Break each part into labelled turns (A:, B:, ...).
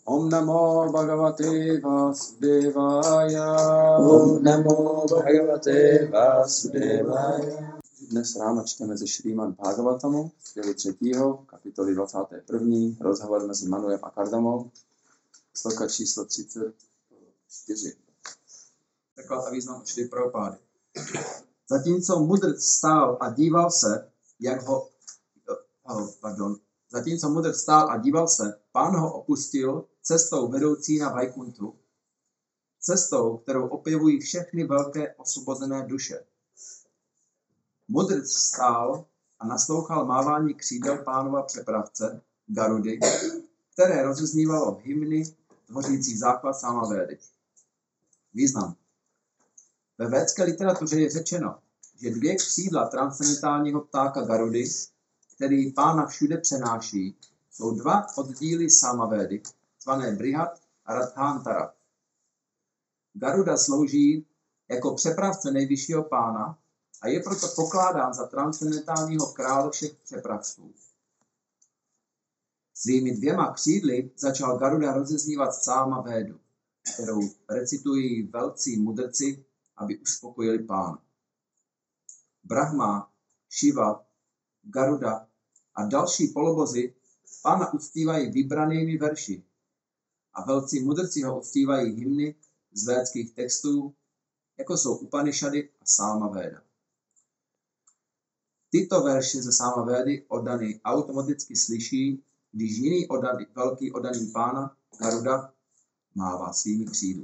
A: Om Namo Bhagavate Vasudevaya.
B: Om Namo Bhagavate Vasudevaya.
A: Dnes ráno čteme ze Šrímad Bhagavatamu, z dílu 3. kapitoly 21. Rozhovor mezi Manujem a Kardamou, sloka číslo 34. Překlad a význam Šrí Prabhupády. Zatímco mudrc stál a díval se, Pán ho opustil cestou vedoucí na Vajkuntu, cestou, kterou opěvují všechny velké osvobozené duše. Mudrc stál a naslouchal mávání křídel Pánova přepravce, Garudy, které rozeznívalo hymny tvořící základ Sámavédy. Význam. Ve védské literatuře je řečeno, že dvě křídla transcendentálního ptáka Garudy, který Pána všude přenáší, jsou dva oddíly Sámavédy, zvané Brihat a Radhantara. Garuda slouží jako přepravce nejvyššího Pána a je proto pokládán za transcendentálního krále všech přepravců. Svými dvěma křídly začal Garuda rozeznívat Sámavédu, kterou recitují velcí mudrci, aby uspokojili Pána. Brahma, Shiva, Garuda a další polobozy Pána uctívají vybranými verši a velcí mudrci ho uctívají hymny z védských textů, jako jsou Upanišady a Sámavéda. Tyto verše ze Sámavédy oddaný automaticky slyší, když jiný velký oddaný Pána, Garuda, mává svými křídly.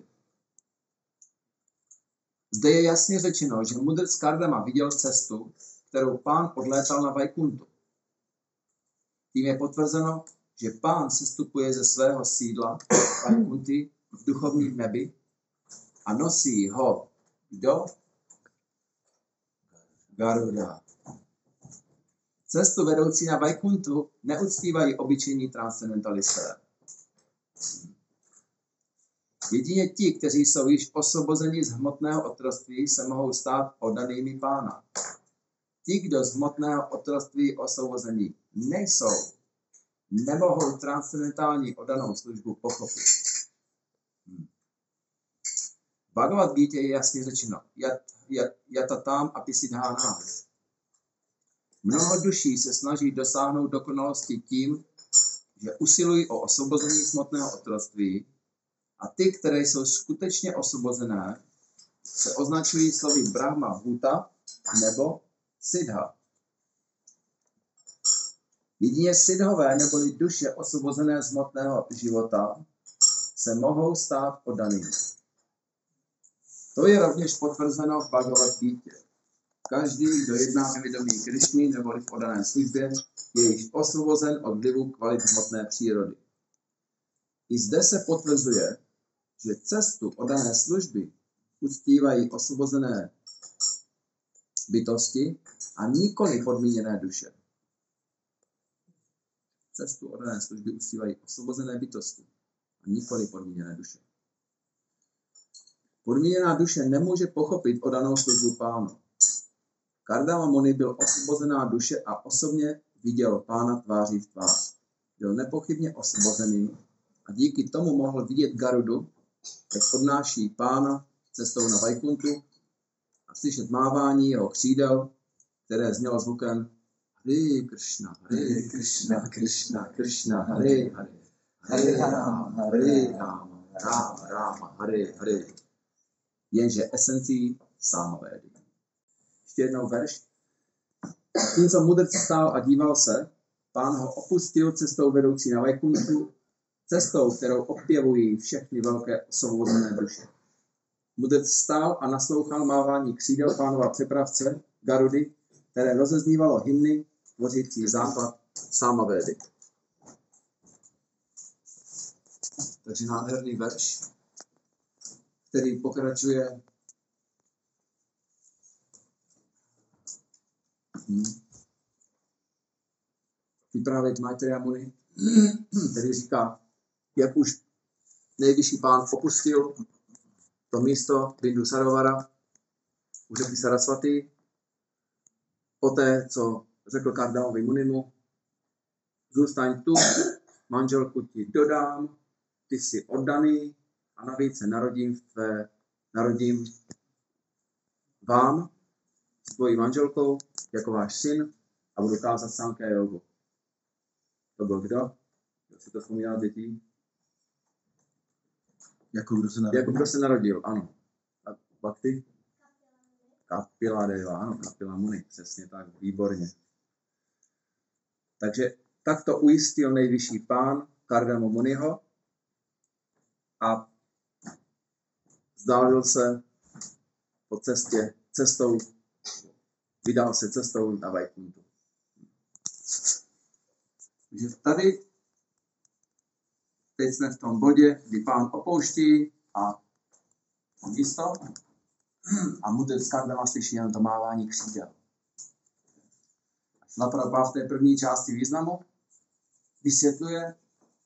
A: Zde je jasně řečeno, že mudrc Kardama viděl cestu, kterou Pán odlétal na Vajkuntu. Tím je potvrzeno, že Pán sestupuje ze svého sídla Vajkunty v duchovním nebi a nosí ho kdo? Garuda. Cestu vedoucí na Vajkuntu neuctívají obyčejní transcendentalisté. Jedině ti, kteří jsou již osvobozeni z hmotného otroctví, se mohou stát oddanými Pána. Ti, kdo z hmotného otroctví osvobození nejsou, nemohou transcendentální oddanou službu pochopit. V Bhagavad Gita je jasně řečeno, yatatam apisidhana. Mnoho duší se snaží dosáhnout dokonalosti tím, že usilují o osvobození z hmotného otroctví, a ty, které jsou skutečně osvobozené, se označují slovy Brahma Bhuta nebo Siddha. Jedině Siddhové neboli duše osvobozené z hmotného života se mohou stát oddanými. To je rovněž potvrzeno v Bhagavad Gita. Každý, kdo jedná ve vědomí Krišny neboli v oddané službě, je již osvobozen od vlivu kvalit hmotné přírody. I zde se potvrzuje, že cestu oddané služby uctívají osvobozené bytosti a nikoli podmíněné duše. Cestu oddané služby uctívají osvobozené bytosti a nikoli podmíněné duše. Podmíněná duše nemůže pochopit oddanou službu Pánu. Kardama Muni byl osvobozená duše a osobně viděl Pána tváří v tvář. Byl nepochybně osvobozený a díky tomu mohl vidět Garudu, jak podnáší Pána cestou na Vajkuntu a slyšet mávání jeho křídel, které znělo zvukem Hare Krishna, Hare Krishna, Krishna Krishna, Hare Hare, Hare Rama, Rama Rama, Hare Hare. Jenže esencí Sámavédy. Ještě jednou verš. Zatímco mudrc stál a díval se, Pán ho opustil cestou vedoucí na Vajkuntu, cestou, kterou opěvují všechny velké osvobozené duše. Mudrc stál a naslouchal mávání křídel Pánova přepravce, Garudy, které rozeznívalo hymny tvořící základ Sámavédy. Takže nádherný verš, který pokračuje vyprávět Maitreya Muni, který říká, jak už nejvyšší Pán opustil to místo Bindu Sarovara u řeky Sarasvati, poté, co řekl Kardamovi Munimu, zůstaň tu, manželku ti dodám, ty jsi oddaný a navíc se narodím vám s tvojí manželkou jako váš syn a budu kázat Sankhya jogu. To byl kdo? Kdo si to vzpomíná dětí?
B: Jako kdo se narodil?
A: Ano. A Bhakti? Kapila Deva, ano, Kapila Muni, přesně tak, výborně. Takže takto ujistil nejvyšší pán Kardama Muniho a vzdálil se po vydal se cestou na Vajkuntu. Takže tady teď jsme v tom bodě, kdy pán opouští a místo a mudrc Kardama slyší jen to mávání křídel. Šrila Prabhupada v té první části významu vysvětluje,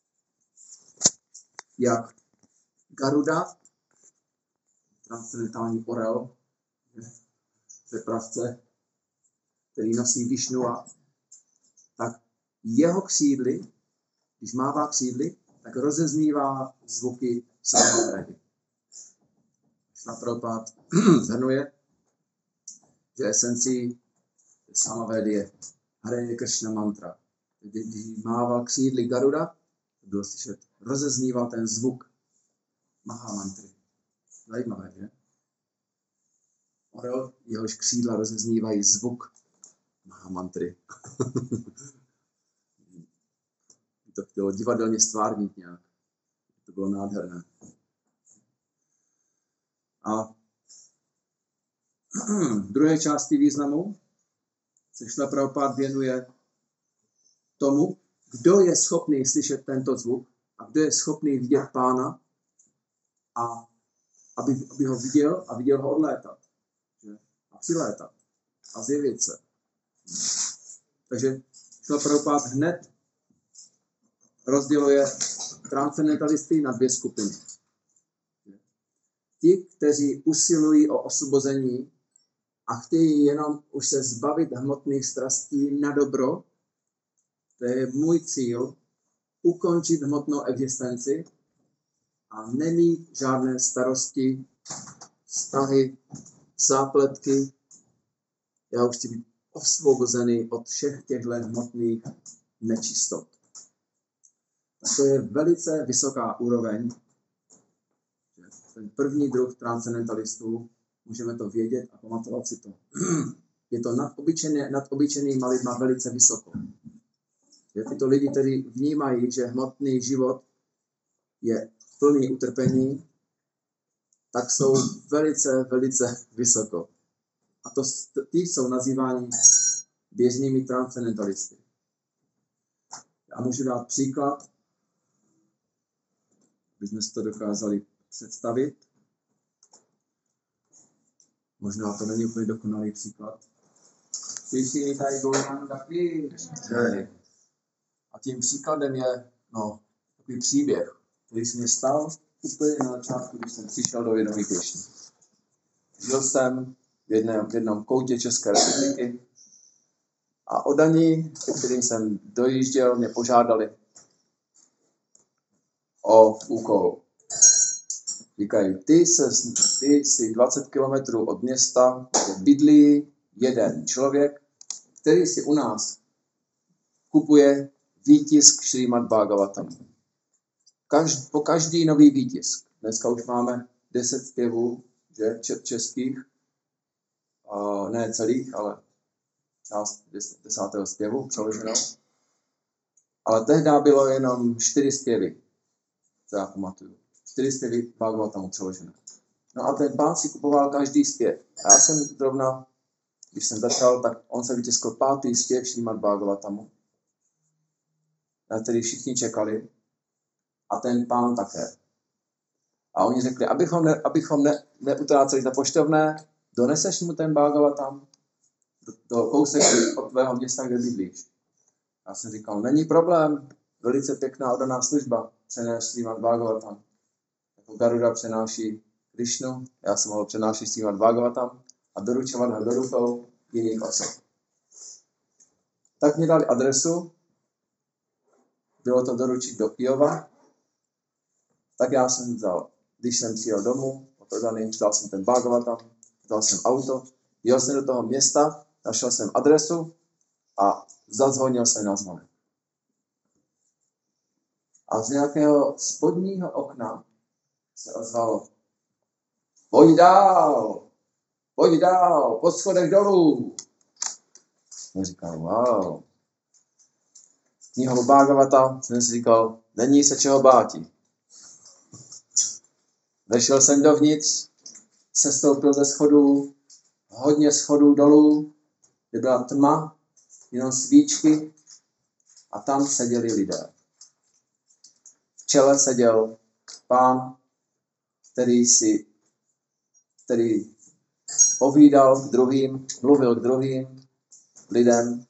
A: jak Garuda, transcendentální orel, přepravce, který nosí Višnua, tak jeho křídly, když mává křídly, tak rozeznívá zvuky Samavedy. Šrila Prabhupada zhrnuje, že esencí Samavedy je Hare Krishna mantra. Když mával křídly Garuda, bylo slyšet, rozezníval ten zvuk Mahamantry. Zajímavé, že? Orel, jehož křídla rozeznívají zvuk Mahamantry. To chtělo divadelně stvárnit nějak. To bylo nádherné. A v druhé části významu se Šrila Prabhupada věnuje tomu, kdo je schopný slyšet tento zvuk a kdo je schopný vidět pána a aby ho viděl a viděl ho odlétat. Že? A přilétat. A zjevit se. Takže Šrila Prabhupada hned rozděluje transcendentalisty na dvě skupiny. Ti, kteří usilují o osvobození a chtějí jenom už se zbavit hmotných strastí na dobro, to je můj cíl, ukončit hmotnou existenci a nemít žádné starosti, vztahy, zápletky. Já už chci být osvobozený od všech těchto hmotných nečistot. A to je velice vysoká úroveň. Ten první druh transcendentalistů, můžeme to vědět a pamatovat si to. Je to nad obyčejnýma lidma velice vysoko. Tyto lidi, kteří vnímají, že hmotný život je plný utrpení, tak jsou velice, velice vysoko. A ty jsou nazýváni běžnými transcendentalisty. Já můžu dát příklad, abychom si to dokázali představit. Možná to není úplně dokonalý příklad. A tím příkladem je takový příběh, který se mi stal úplně na začátku, když jsem přišel do vědomí Krišny. Žil jsem v jednom koutě České republiky a oddaní, ke kterým jsem dojížděl, mě požádali o úkol. Říkají, ty jsi 20 kilometrů od města, kde bydlí jeden člověk, který si u nás kupuje výtisk Šrímad Bhagavatam. Po každý nový výtisk. Dneska už máme 10 zpěvů, že, českých, ne celých, ale část 10. zpěvu přeloženou. Ale tehdy bylo jenom 4 zpěvy, co já pamatuju. 4 zpěvy Bhagavatamu přeložené. No a ten pán si kupoval každý zpěv. A já jsem zrovna, když jsem začal, tak on se vytiskl 5. zpěv Šrímad Bhagavatamu, na který všichni čekali. A ten pán také. A oni řekli, abychom neutráceli za poštovné, doneseš mu ten Bhagavatam do kousek od tvého města, kde bydlíš. Já jsem říkal, není problém, velice pěkná oddaná služba, přenést Šrímad Bhagavatam. Jako Garuda přenáší Krišnu, já jsem mohl přenášet Šrímad Bhagavatam a doručovat ho do rukou jiných osob. Tak mi dali adresu, bylo to doručit do Kyjova Tak já jsem vzal, když jsem přijel domů, vzal jsem ten Bhagavatam, vzal jsem auto, jel jsem do toho města, našel jsem adresu a zazvonil jsem na zvonek. A z nějakého spodního okna se ozvalo: pojď dál, po schodech dolů. Jsem říkal, wow. Z knihou Bhagavata jsem si říkal, není se čeho báti. Vešel jsem dovnitř, sestoupil ze schodů, hodně schodů dolů, kde byla tma, jenom svíčky a tam seděli lidé. V čele seděl pán, který povídal k druhým, mluvil k druhým lidem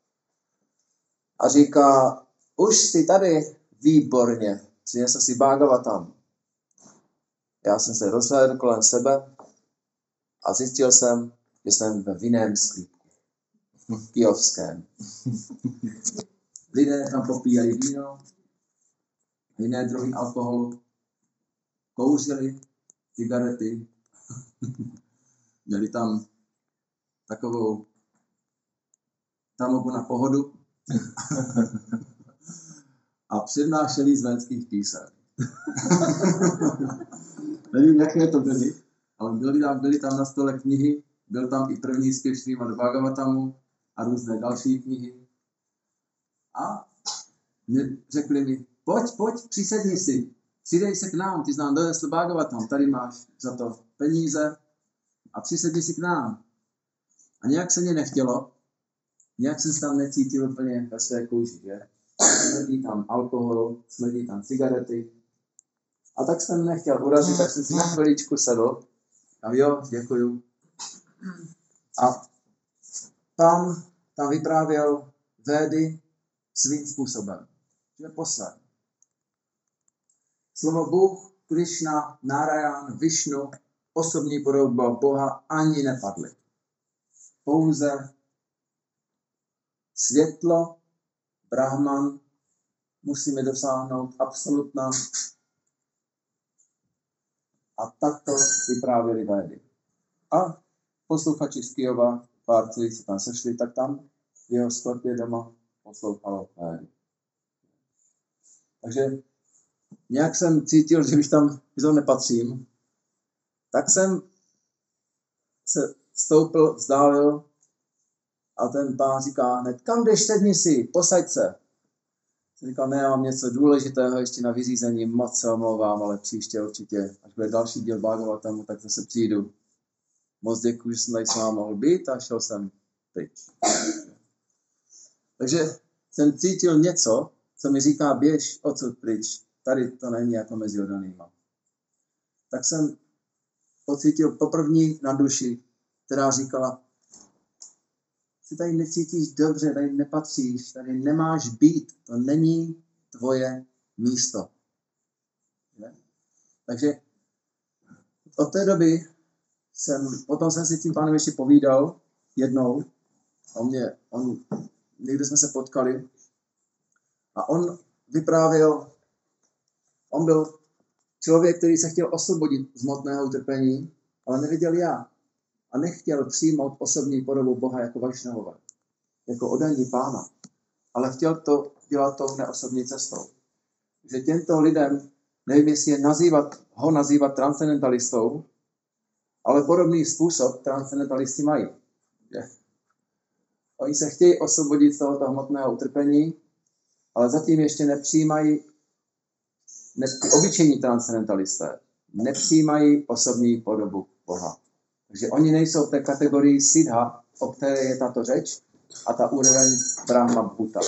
A: a říká, už jsi tady, výborně, přinesl si Bhagavatam. Já jsem se rozhlédl kolem sebe a zjistil jsem, že jsem ve vinném sklípku, kijovském. Lidé tam popíjeli víno, jiné druhy alkoholu, kouřili cigarety, měli tam takovou tamoku na pohodu a přednášeli z vénských písem. Nevím, jaké to byly, ale byly tam na stole knihy, byl tam i první zpěv Šrímad Bhagavatamu a různé další knihy. A řekli mi, pojď, přisedni si, přidej se k nám, ty jsi nám donesl Bhagavatam, tady máš za to peníze a přisedni si k nám. A nějak se mě nechtělo, nějak jsem se tam necítil úplně ve své kůži, že? Smrdí tam alkohol, smrdí tam cigarety. A tak jsem nechtěl urazit, tak jsem si na chviličku sedl a jo, děkuju. A pán tam vyprávěl védy svým způsobem, že posledně. Slovo Bůh, Krishna, Narayan, Višnu, osobní podoba Boha ani nepadly. Pouze světlo, Brahman, musíme dosáhnout absolutna. A takto vyprávěli védy. A posluchači z Kyjova, pár, kteří se tam sešli, tak tam v jeho sklepě doma poslouchalo védy. Takže nějak jsem cítil, že už tam nepatřím, tak jsem se stoupil, vzdálil a ten pán říká hned, kam jdeš, sedni si, posaď se. Jsem říkal, ne, mám něco důležitého ještě na vyřízení, moc se omlouvám, ale příště určitě, až bude další díl Bhagavatamu, tak zase přijdu. Moc děkuji, že jsem tady s vámi mohl být a šel jsem pryč. Takže jsem cítil něco, co mi říká, běž odsud pryč, tady to není jako mezi oddanýma. Tak jsem pocítil poprvní na duši, která říkala, ty tady necítíš dobře, tady nepatříš, tady nemáš být, to není tvoje místo. Takže od té doby potom jsem si s tím pánem ještě povídal jednou, někde jsme se potkali a on vyprávěl, on byl člověk, který se chtěl osvobodit z hmotného utrpení, ale nevěděl jak. A nechtěl přijmout osobní podobu Boha jako Vajšnavové, jako oddaní pána, ale chtěl to dělat tou neosobní cestou. Že těmto lidem, nevím, jestli je nazývat transcendentalistou, ale podobný způsob transcendentalisti mají. Že? Oni se chtějí osvobodit z tohoto hmotného utrpení, ale zatím ještě nepřijímají, obyčejní transcendentalisté nepřijímají osobní podobu Boha. Takže oni nejsou v té kategorii Siddha, o které je tato řeč, a ta úroveň Brahma Bhuta.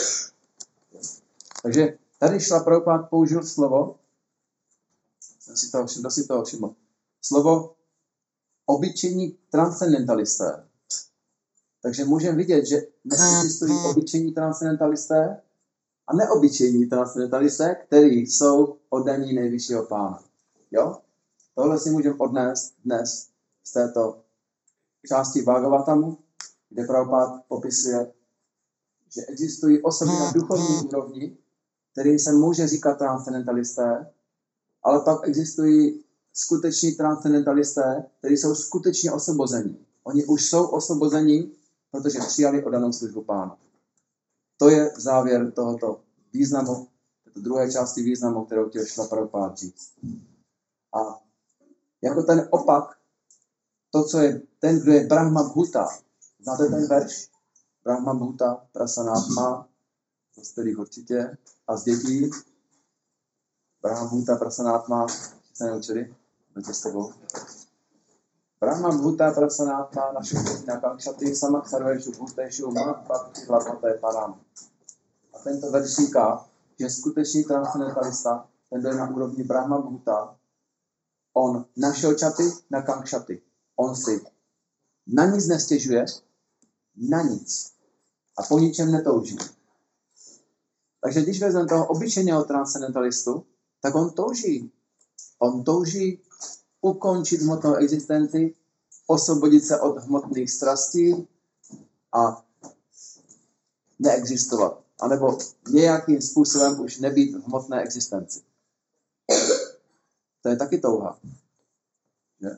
A: Takže tady Šrila Prabhupáda použil slovo, kdo si toho všiml, slovo obyčejní transcendentalisté. Takže můžeme vidět, že neexistují obyčejní transcendentalisté a neobyčejní transcendentalisté, kteří jsou oddaní nejvyššího pána. Jo? Tohle si můžeme odnést dnes z této části Bhagavatamu, kde Prabhupáda popisuje, že existují osoby na duchovní úrovni, kterým se může říkat transcendentalisté, Ale pak existují skuteční transcendentalisté, kteří jsou skutečně osvobození. Oni už jsou osvobození, protože přijali oddanou službu Pána. To je závěr tohoto významu, této druhé části významu, kterou chtěl Šrila Prabhupáda říct. A jako ten opak, to, co je ten, kdo je Brahma Bhuta. Znáte ten verš? Brahma Bhuta, Prasanátma, z kterých určitě, a z dětí. Brahma Bhuta, Prasanátma, se neučili? Jdete s tebou. Brahma Bhuta, Prasanátma, na Kankšaty, Samak Sarveshu, Bhuteshu, Mat Bhakti, Hlapate, Param. A tento verš říká, že skutečný transcendentalista, ten byl na úrovni Brahma Bhuta, on našel čaty na Kankšaty. On si na nic nestěžuje, na nic. A po ničem netouží. Takže když vezmeme toho obyčejného transcendentalistu, tak on touží. On touží ukončit hmotnou existenci, osvobodit se od hmotných strastí a neexistovat. A nebo nějakým způsobem už nebýt v hmotné existenci. To je taky touha. Že?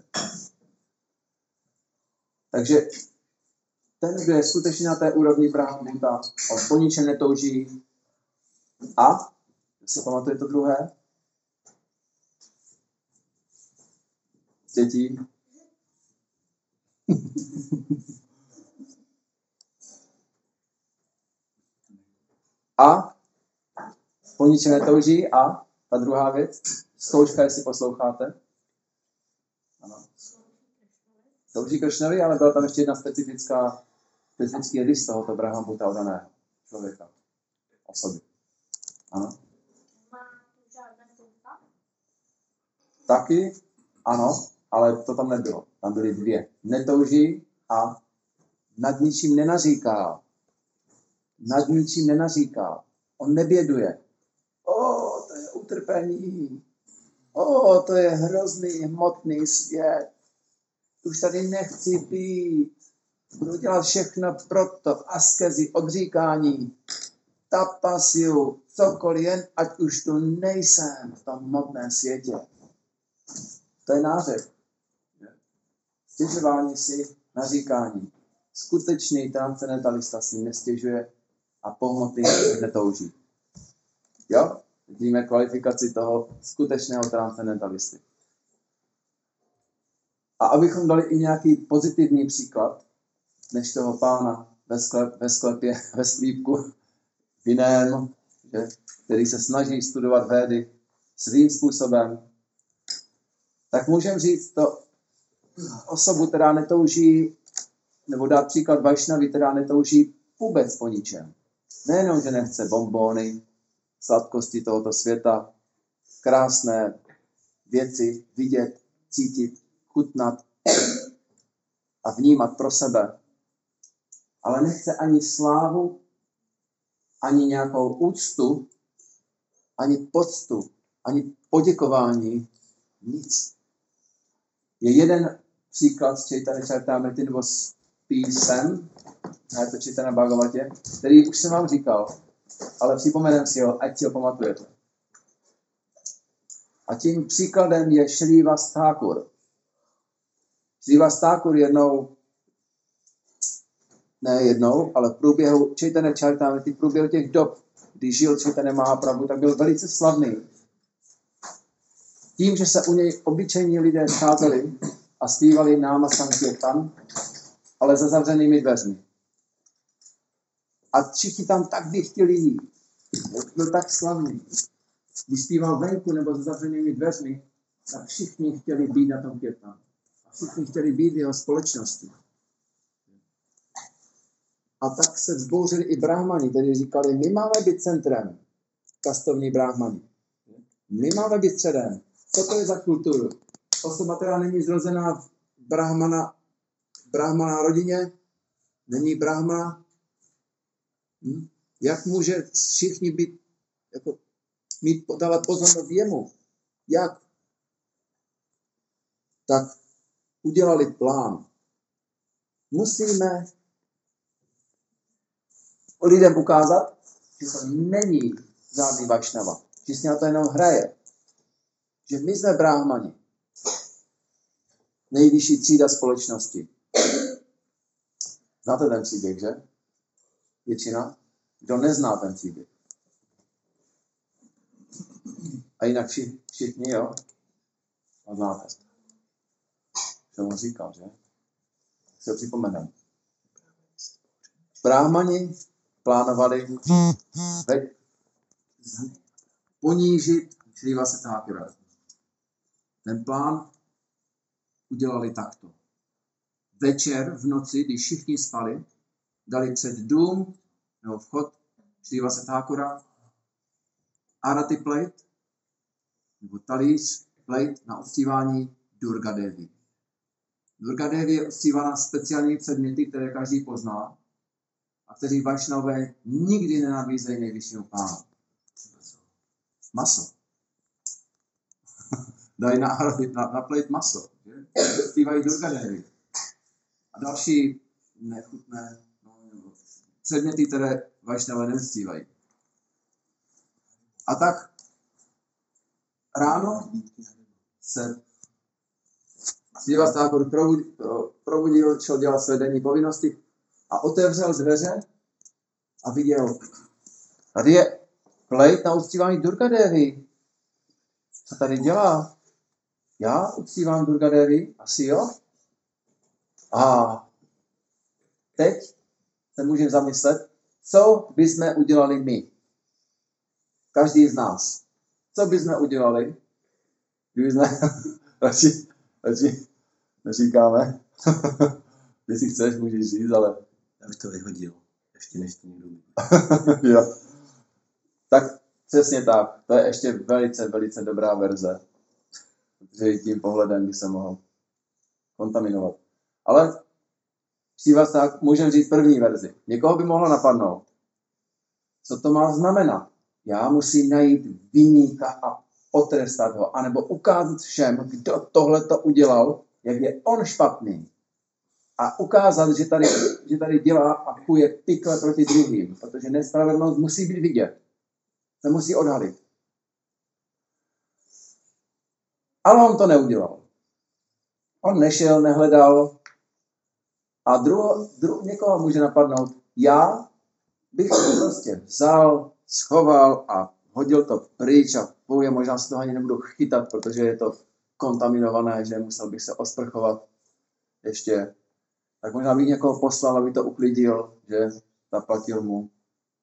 A: Takže ten, kdo je skutečně na té úrovni Brahma Bhuta, on po ničem netouží. A, si pamatuje to druhé? Dětí. A po ničem netouží. A ta druhá věc, zkouška, jestli posloucháte. Ano. Touží Kršnovi, ale byla tam ještě jedna specifický rys tohoto Brahma Bhuta oddaného člověka. Osoby. Ano. Taky, ano, ale to tam nebylo. Tam byly dvě. Netouží a nad ničím nenaříká. Nad ničím nenaříká. On neběduje. To je utrpení. To je hrozný hmotný svět. Už tady nechci být. Budu dělat všechno proto. Askezi, odříkání, tapasiu, cokoliv, jen ať už tu nejsem v tom hmotném světě. To je nářek. Stěžování si, naříkání. Skutečný transcendentalista si nestěžuje a po hmotných netouží. Jo? Vidíme kvalifikaci toho skutečného transcendentalisty. A abychom dali i nějaký pozitivní příklad, než toho pána ve sklepě, ve sklípku, jiném, který se snaží studovat védy svým způsobem, tak můžeme říct to osobu, která netouží, nebo dát příklad Vajšnavi, která netouží vůbec po ničem. Nejenom, že nechce bonbóny, sladkosti tohoto světa, krásné věci vidět, cítit, chutnat a vnímat pro sebe. Ale nechce ani slávu, ani nějakou úctu, ani poctu, ani poděkování, nic. Je jeden příklad z Chaitanya Charitamrity nebo z písem, je to Chaitanya Bhagavatě, který už jsem vám říkal, ale připomenem si ho, ať si ho pamatujete. A tím příkladem je Srivas Thakur. Srivas Thakur ale v průběhu Chaitanya Charitamrity, v průběhu těch dob, kdy žil Chaitanya Mahaprabhu, tak byl velice slavný. Tím, že se u něj obyčejní lidé scházeli a zpívali náma sankirtan, ale za zavřenými dveřmi. A všichni tam tak by chtěli jít. Byl tak slavný. Když zpíval venku nebo za zavřenými dveřmi, tak všichni chtěli být na tom kirtanu. A všichni chtěli být v jeho společnosti. A tak se vzbouřili i brahmani, kteří říkali, my máme být centrem, kastovní brahmani. My máme být středem. Co to je za kulturu? Osoba, která není zrozená v brahmana rodině, není brahmana. Jak může všichni být, dávat pozornost jemu? Jak? Tak udělali plán. Musíme lidem ukázat, že to není žádný Vašnava. Že si na to jenom hraje. že my jsme bráhmani. Nejvyšší třída společnosti. Znáte ten příběh, že? Většina? Kdo nezná ten příběh? A jinak všichni, jo? A znáte. Co mu říkal, že? Si ho připomeneme. Bráhmani plánovali ponížit Šrivasa Thakura. Ten plán udělali takto. Večer v noci, když všichni spali, dali před dům nebo vchod Šrivasa Thakura arati plate nebo talíř plate na uctívání Durga Devi. Durga Devi je uctívána speciálními předměty, které každý pozná a kteří Vajšnavové nikdy nenabízejí nejvyššímu pánu. Maso. Dají na plate maso. Uctívají Durga Devi. A další nechutné předměty, které Vajšnavové neuctívají. A tak ráno se Šrivasa Thakur probudil, šel dělat své denní povinnosti a otevřel dveře a viděl, tady je plate na uctívání Durga Devi. Co tady dělá? Já uctívám Durga Devi? Asi jo? A teď se můžeme zamyslet, co bychom udělali my. Každý z nás. Co bychom udělali, kdyby jsme radši neříkáme. Jestli chceš, můžeš říct, ale...
B: Já bych to vyhodil, ještě než to někdo uvidí.
A: Jo. Tak přesně tak. To je ještě velice, velice dobrá verze. Protože tím pohledem by se mohl kontaminovat. Ale tak můžeme říct první verzi. Někoho by mohlo napadnout. Co to má znamenat? Já musím najít viníka a potrestat ho, anebo ukázat všem, kdo tohle to udělal, jak je on špatný. A ukázat, že tady dělá a kuje pikle proti druhým, protože nespravedlnost musí být vidět. Se musí odhalit. Ale on to neudělal. On nešel, nehledal a někoho může napadnout. Já bych to prostě vzal, schoval a hodil to pryč a možná se toho ani nebudu chytat, protože je to kontaminované, že musel bych se osprchovat ještě. Tak možná bych někoho poslal, aby to uklidil, že zaplatil mu.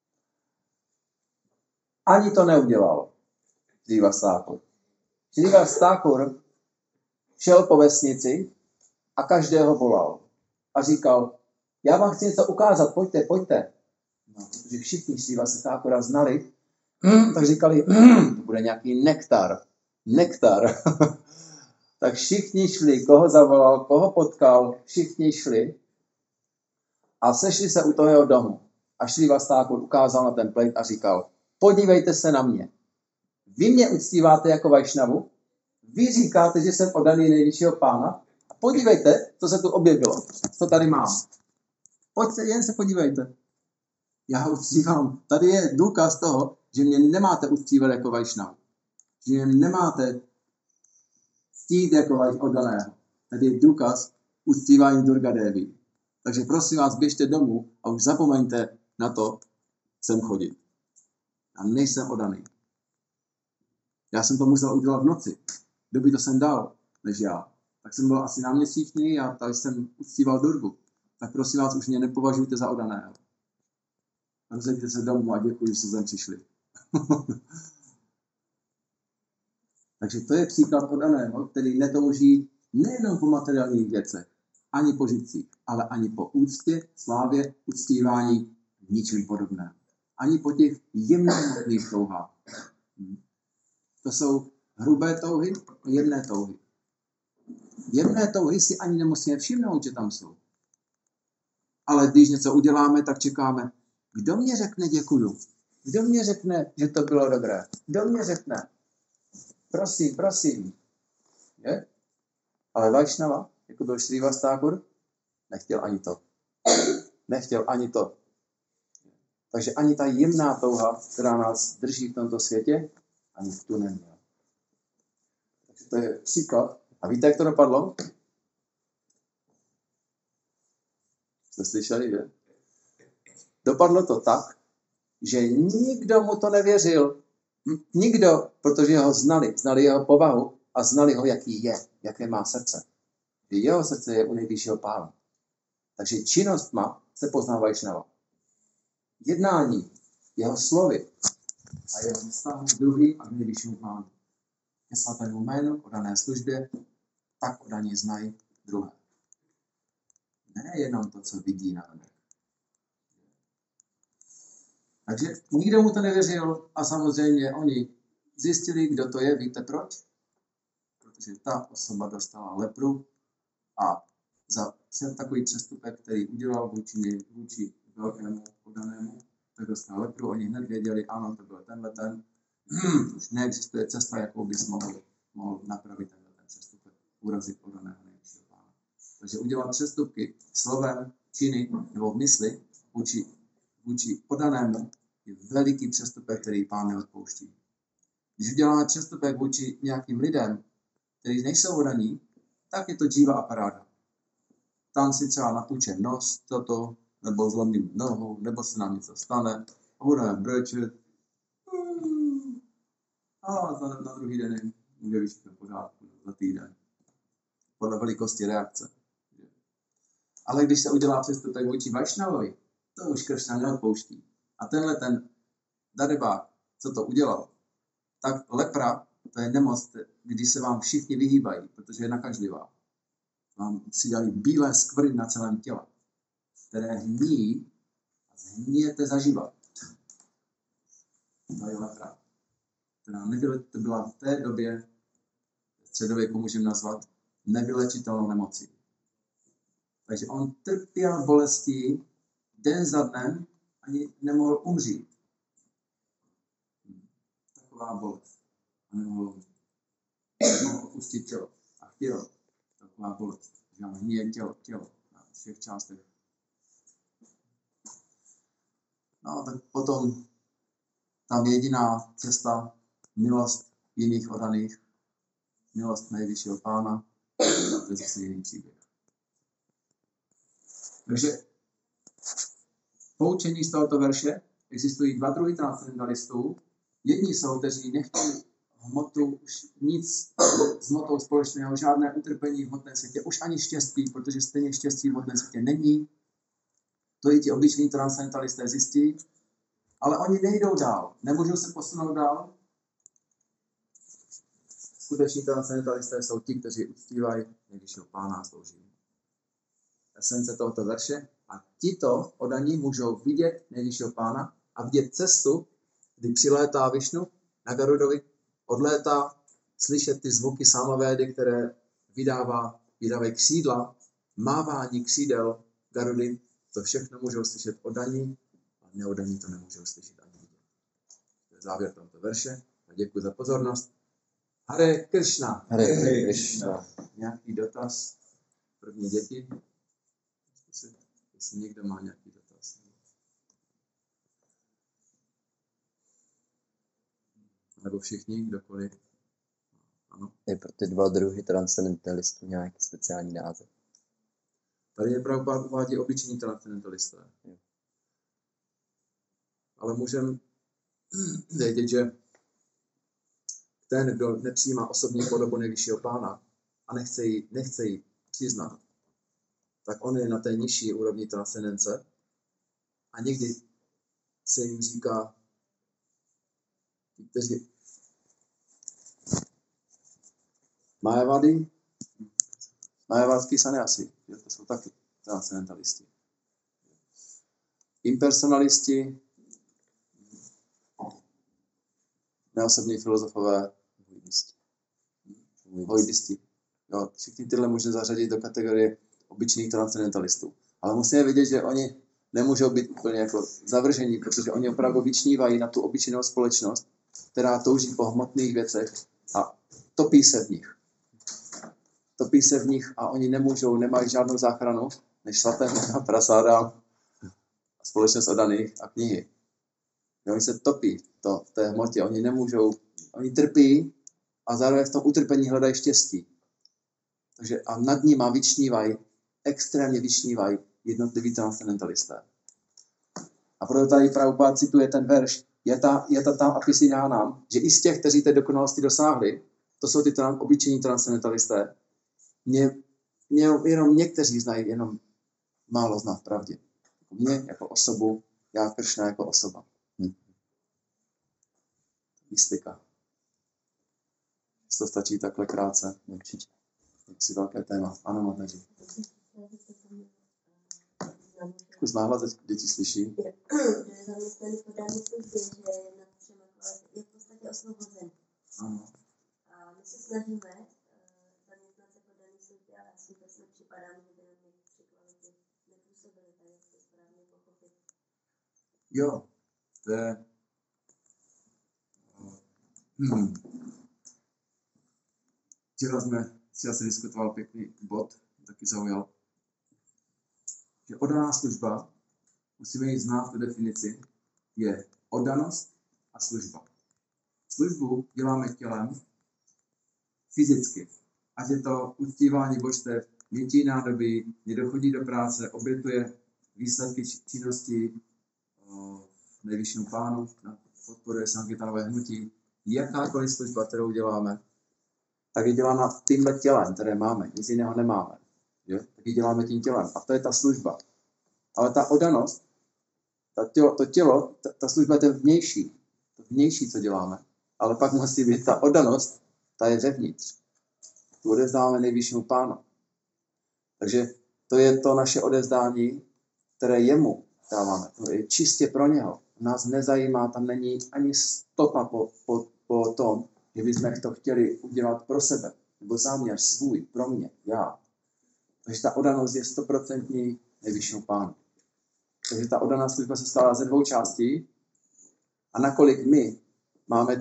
A: Ani to neudělal Šrivasa Thakur. Šrivasa Thakur šel po vesnici a každého volal. A říkal, já vám chci něco ukázat, pojďte. No, protože všichni Šrivasa Thakura znali, tak říkali, to bude nějaký nektar. Tak všichni šli, koho zavolal, koho potkal, všichni šli a sešli se u toho jeho domu. A Šrivasa Thakur ukázal na ten plate a říkal, podívejte se na mě. Vy mě uctíváte jako Vajšnavu, vy říkáte, že jsem oddaný nejvyššího pána a podívejte, co se tu objevilo, co tady mám. Pojďte, jen se podívejte. Já uctívám. Tady je důkaz toho, že mě nemáte uctívat jako Vajšnavu. Že mě nemáte ctít jako oddaného. Tady je důkaz uctívání Durga Devi. Takže prosím vás, běžte domů a už zapomeňte na to sem chodit. Já nejsem oddaný. Já jsem to musel udělat v noci. Kdo by to sem dal, než já. Tak jsem byl asi náměsíčný a tady jsem uctíval Durgu. Tak prosím vás, už mě nepovažujte za oddaného. A rozejděte se domů a děkuji, že jste sem přišli. Takže to je příklad oddaného, který netouží nejenom po materiálních věcech, ani po žitcích, ale ani po úctě, slávě, uctívání, ničím podobném. Ani po těch jemných touhách. To jsou hrubé touhy a jemné touhy. Jemné touhy si ani nemusíme všimnout, že tam jsou. Ale když něco uděláme, tak čekáme, kdo mě řekne děkuju? Kdo mě řekne, že to bylo dobré? Kdo mě řekne? Prosím. Je? Ale Vajšnava, jako byl Šrivasa Thakur, nechtěl ani to. Takže ani ta jemná touha, která nás drží v tomto světě, ani tu neměl. To je příklad. A víte, jak to dopadlo? Jste slyšeli, že? Dopadlo to tak, že nikdo mu to nevěřil. Nikdo, protože ho znali jeho povahu a znali ho, jaký je, jaké má srdce. Jeho srdce je u nejvyššího Pána. Takže činnostma se pozná Vajšnava. Jednání, jeho slovy a jeho vztahu druhý a k nejvyššímu Pánu. Ke svatému jménu, o dané službě, tak o daní znají druhé. Ne jenom to, co vidí na venek. Takže nikdo mu to nevěřil a samozřejmě oni zjistili, kdo to je. Víte proč? Protože ta osoba dostala lepru a za takový přestupek, který udělal vůči velkému podanému, tak dostal lepru. Oni hned věděli, ano, to byl tenhle ten. Už neexistuje cesta, jakou bys mohl napravit tenhle ten přestupek, urazit podaného nejvyššího Pána. Takže udělat přestupky slovem, činy nebo v mysli vůči podanému je veliký přestupek, který Pán neodpouští. Když uděláme přestupek vůči nějakým lidem, kteří nejsou oddaní, tak je to džíva a paráda. Tam si třeba natluče nos, nebo zlomím nohu, nebo se nám něco stane a budeme brečet. A na druhý den může být v pořádku, za týden. Podle velikosti reakce. Ale když se udělá přestupek vůči Vajšnavovi, to už Kršna neodpouští. A tenhle ten darebák, co to udělal, tak lepra, to je nemoc, když se vám všichni vyhýbají, protože je nakažlivá. Vám si dělají bílé skvrny na celém těle, které hníjí a zhníjete zaživa. To je lepra. To byla v té době, středověku můžeme nazvat, nevylečitelnou nemocí. Takže on trpěl bolestí den za dnem, ani nemohl umřít. Taková bolest. A nemohl umřít. Nemohl opustit tělo. A chtěl. Taková bolest. Že nám hníje tělo na všech částech. No tak potom tam jediná cesta, milost jiných oddaných, milost nejvyššího Pána, to je zase jiný příběh. Takže poučení z tohoto verše existují dva druhy transcendentalistů. Jedni jsou, kteří nechtějí hmotu, už nic s hmotou společného, žádné utrpení v hmotném světě, už ani štěstí, protože stejně štěstí v hmotném světě není. To i ti obyčejní transcendentalisté zjistí, ale oni nejdou dál, nemůžou se posunout dál. Skuteční transcendentalisté jsou ti, kteří uctívají nejvyššího Pána a slouží. Esence tohoto verše. A tito oddaní můžou vidět nejvyššího Pána a vidět cestu, kdy přilétá Višnu na Garudovi, odlétá, slyšet ty zvuky Sámavédy, které vydávají křídla, mávání křídel Garudy, to všechno můžou slyšet oddaní a neoddaní to nemůžou slyšet ani vidět. To je závěr tohoto verše. A děkuji za pozornost. Hare Krishna.
C: Hare Krishna.
A: Nějaký dotaz? První děti? Jestli někdo má nějaký dotaz. Nebo všichni, kdokoliv. Ano.
C: Je pro ty dva druhy transcendentalistů nějaký speciální název?
A: Tady je Prabhupád uvádí obyčejní transcendentalisté. Ale můžeme vědět, že ten, kdo nepřijímá osobní podobu nejvyššího Pána a nechce ji přiznat, tak on je na té nižší úrovni transcendence a někdy se jim říká, kteří Májavádský sanyasi, to jsou taky transcendentalisti. Impersonalisti, neosobní filozofové, vojdisti. Jo, všichni tyhle můžeme zařadit do kategorie obyčejných transcendentalistů. Ale musíme vědět, že oni nemůžou být úplně jako zavržení, protože oni opravdu vyčnívají na tu obyčejnou společnost, která touží po hmotných věcech a topí se v nich. Topí se v nich a oni nemají žádnou záchranu, než svaté jména prasáda a společnost oddaných a knihy. Oni se topí v té hmotě, oni trpí a zároveň v tom utrpení hledají štěstí. Takže a nad nima vyčnívají, extrémně vyčnívají jednotliví transcendentalisté. A proto tady Prabhupád cituje ten verš, je to tam a pisíná nám, že i z těch, kteří té dokonalosti dosáhli, to jsou ty obyčejní transcendentalisté, mě jenom někteří znají, jenom málo zná v pravdě. Mě jako osobu, já Kršna jako osoba. Mystika. To stačí takhle krátce.
C: Určitě.
A: Tak si velké téma. Ano, Mataži. Zkus nahlas, děti slyší.
D: Že zaměstnaný podání službě, že je nad třema je v podstatě osvobozen.
A: Ano.
D: A my se snažíme zaměstnance podání službě, ale asi vůbec nepřipadá, že by nám tři kvality nepůsobily, tak jak to správně pochopit.
A: Jo, to je... Včera si asi diskutoval pěkný bod, taky zaujal, že oddaná služba, musíme ji znát tu definici, je oddanost a služba. Službu děláme tělem, fyzicky. Ať je to uctívání božstev, něčí nádoby, nedochodí do práce, obětuje výsledky činnosti nejvyššímu pánu, podporuje Sankirtanové hnutí. Jakákoliv služba, kterou děláme, tak ji děláme tímhle tělem, které máme, nic jiného nemáme. Jo? Tak ji děláme tím tělem. A to je ta služba. Ale ta oddanost, to tělo, ta služba je ten vnější. To vnější, co děláme. Ale pak musí být ta oddanost, ta je zevnitř. Tu odevzdáme nejvyššímu pánu. Takže to je to naše odevzdání, které jemu dáváme. To je čistě pro něho. Nás nezajímá, tam není ani stopa po tom, že bychom to chtěli udělat pro sebe. Nebo záměr svůj, pro mě, já. Takže ta oddanost je 100% nejvyššímu pánu. Takže ta oddaná služba se skládá ze dvou částí. A nakolik my máme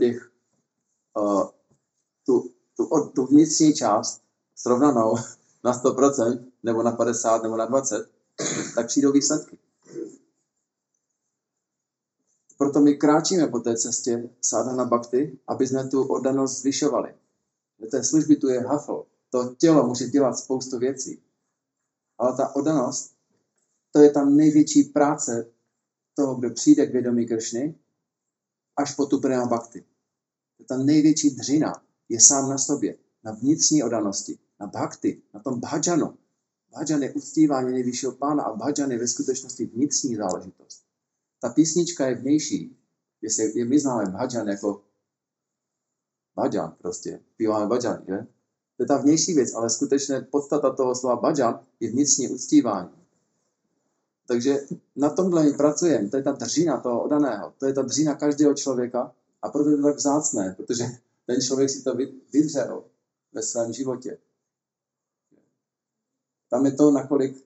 A: tu vnitřní část srovnanou na 100%, nebo na 50, nebo na 20, tak přijdou výsledky. Proto my kráčíme po té cestě sadhana bhakti, aby jsme tu oddanost zvyšovali. Do té služby tu je hafl. To tělo může dělat spoustu věcí. Ale ta oddanost, to je tam největší práce toho, kdo přijde k vědomí Kršny, až po tu prema bhakti. Ta největší dřina je sám na sobě, na vnitřní oddanosti, na bhakti, na tom bhajanu. Bhajan je uctívání nejvyššího pána a bhajan je ve skutečnosti vnitřní záležitost. Ta písnička je vnější, my známe bhajan jako bhajan prostě, píváme bhajan, že? To je ta vnější věc, ale skutečně podstata toho slova bhajan je vnitřní uctívání. Takže na tomhle my pracujeme, to je ta dřina toho oddaného, to je ta dřina každého člověka a proto je to tak vzácné, protože ten člověk si to vydřel ve svém životě. Tam je to, nakolik,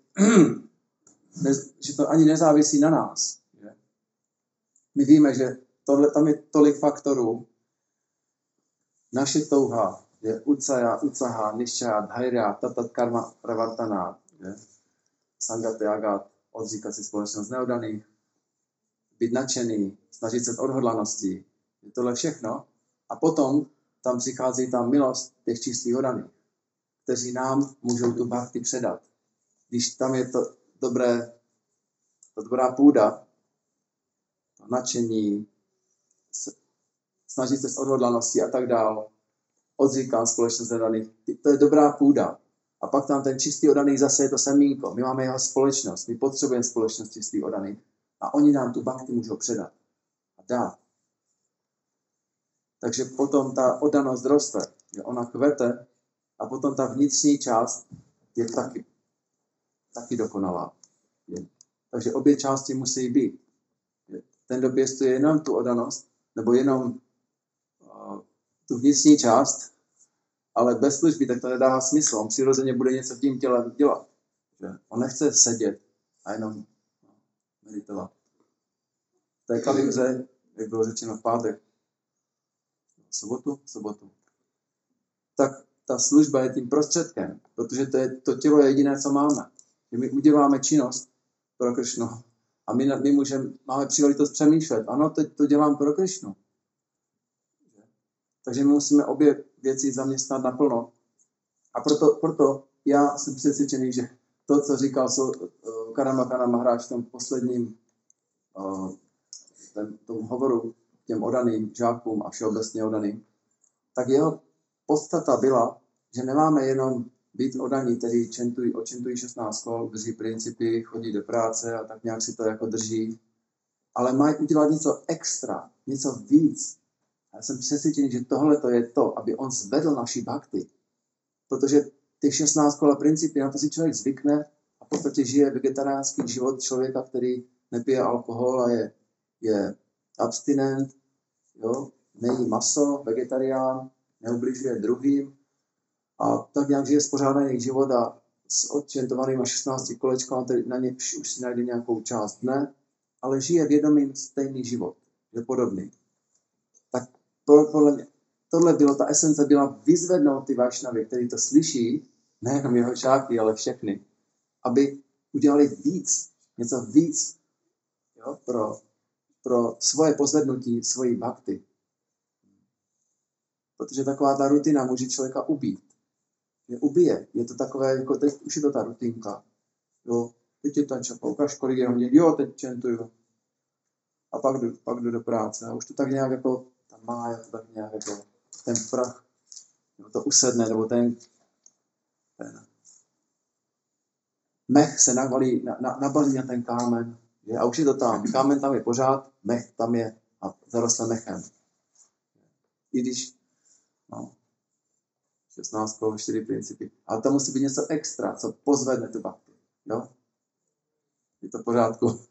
A: že to ani nezávisí na nás. Že? My víme, že tam je tolik faktorů. Naše touha je ucaha, nišča, dhairya, tatat karma pravartana, sangatyagat, odříkat si společnost neoddaných, být nadšený, snažit se odhodlanosti. Je tohle všechno. A potom tam přichází ta milost těch čistých oddaných, kteří nám můžou tu bhakti předat. Když tam je to dobrá půda, to nadšení, snažit se s odhodlaností a tak dál, odříkám společnost oddaných, to je dobrá půda. A pak tam ten čistý oddaný zase je to semínko. My máme jeho společnost, my potřebujeme společnost čistých oddaných a oni nám tu bhakti můžou předat a dát. Takže potom ta oddanost roste, že ona kvete a potom ta vnitřní část je taky dokonalá. Takže obě části musí být. Ten, kdo pěstuje jenom tu oddanost, nebo jenom tu vnitřní část, ale bez služby, tak to nedává smysl. On přirozeně bude něco tím tělem dělat. On nechce sedět a jenom meditovat. V té kalibře, jak bylo řečeno v pátek, sobotu, tak ta služba je tím prostředkem, protože to tělo je jediné, co máme. My uděláme činnost pro Kršnu a my máme příležitost přemýšlet. Ano, teď to dělám pro Kršnu. Takže my musíme obě věcí zaměstnat naplno. A proto já jsem přesvědčený, že to, co říkal Karama Maharaj v tom posledním tom hovoru těm odaným žákům a všeobecně odaným, tak jeho podstata byla, že nemáme jenom být odaní, který očentují 16 kol, drží principy, chodí do práce a tak nějak si to jako drží, ale mají udělat něco extra, něco víc. Já jsem přesvědčený, že tohle to je to, aby on zvedl naši bhakti. Protože těch 16 kol a principy, na to si člověk zvykne a v podstatě žije vegetariánský život člověka, který nepije alkohol a je abstinent, jo? Nejí maso, vegetarián, neubližuje druhým a tak nějak žije spořádaný život a s odčentovanýma 16 kolečkama, na ně už si najde nějakou část dne, ale žije vědomým stejný život, je podobný. Tak podle mě tohle bylo, ta esence byla vyzvednout ty vajšnavy, který to slyší, nejenom jeho žáky, ale všechny, aby udělali víc, něco víc, jo, pro svoje pozvednutí, svojí bhakti. Protože taková ta rutina může člověka ubít. Je ubije. Je to takové, jako teď už je to ta rutinka. Jo, teď je ten čas, ukáž, kolik je hodin, jo, teď čentuju. A pak jdu do práce. A už to tak nějak jako, ta mája, to tak nějak jako, ten prach, nebo to usedne, nebo ten mech se nabalí na ten kámen. Je, a už je to tam. Kámen tam je pořád, mech tam je a zarostl mechem. I když, 16 kol, 4 principy. Ale tam musí být něco extra, co pozvedne tu bhakti. Jo? Je to v pořádku.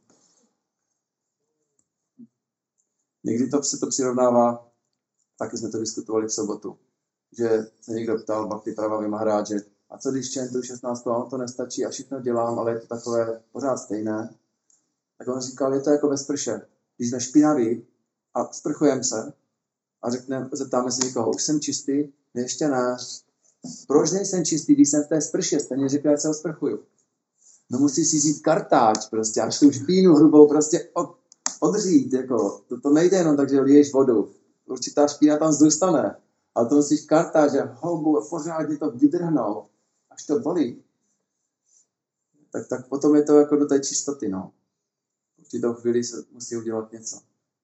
A: Někdy se to přirovnává, taky jsme to diskutovali v sobotu, že se někdo ptal Bhakti Pravavi Maharáže, a co když čentuju 16 kol, to nestačí a všechno dělám, ale je to takové pořád stejné. Tak on říkal, je to jako ve sprše. Když jsme špinaví a sprchujeme se a zeptáme se někoho, už jsem čistý? Ne, ještě ne. Proč nejsem čistý, když jsem v té sprše? Stejně řekl, já se ho sprchuju. No musíš si vzít kartáč prostě, až tu špínu hrubou prostě odřít, jako. To nejde jenom tak, že liješ vodu. Určitá špína tam zůstane. Ale to musíš kartáč a houbu a pořádně to vydrhnout, až to bolí. Tak potom je to jako do té čistoty, no. V určitou chvíli se musí udělat něco.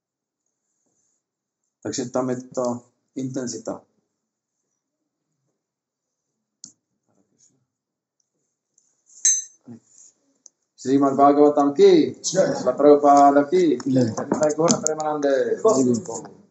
A: Takže tam je ta intenzita. Srimad Bhagavatam ki, Srila Prabhupada ki, Góra Premanande.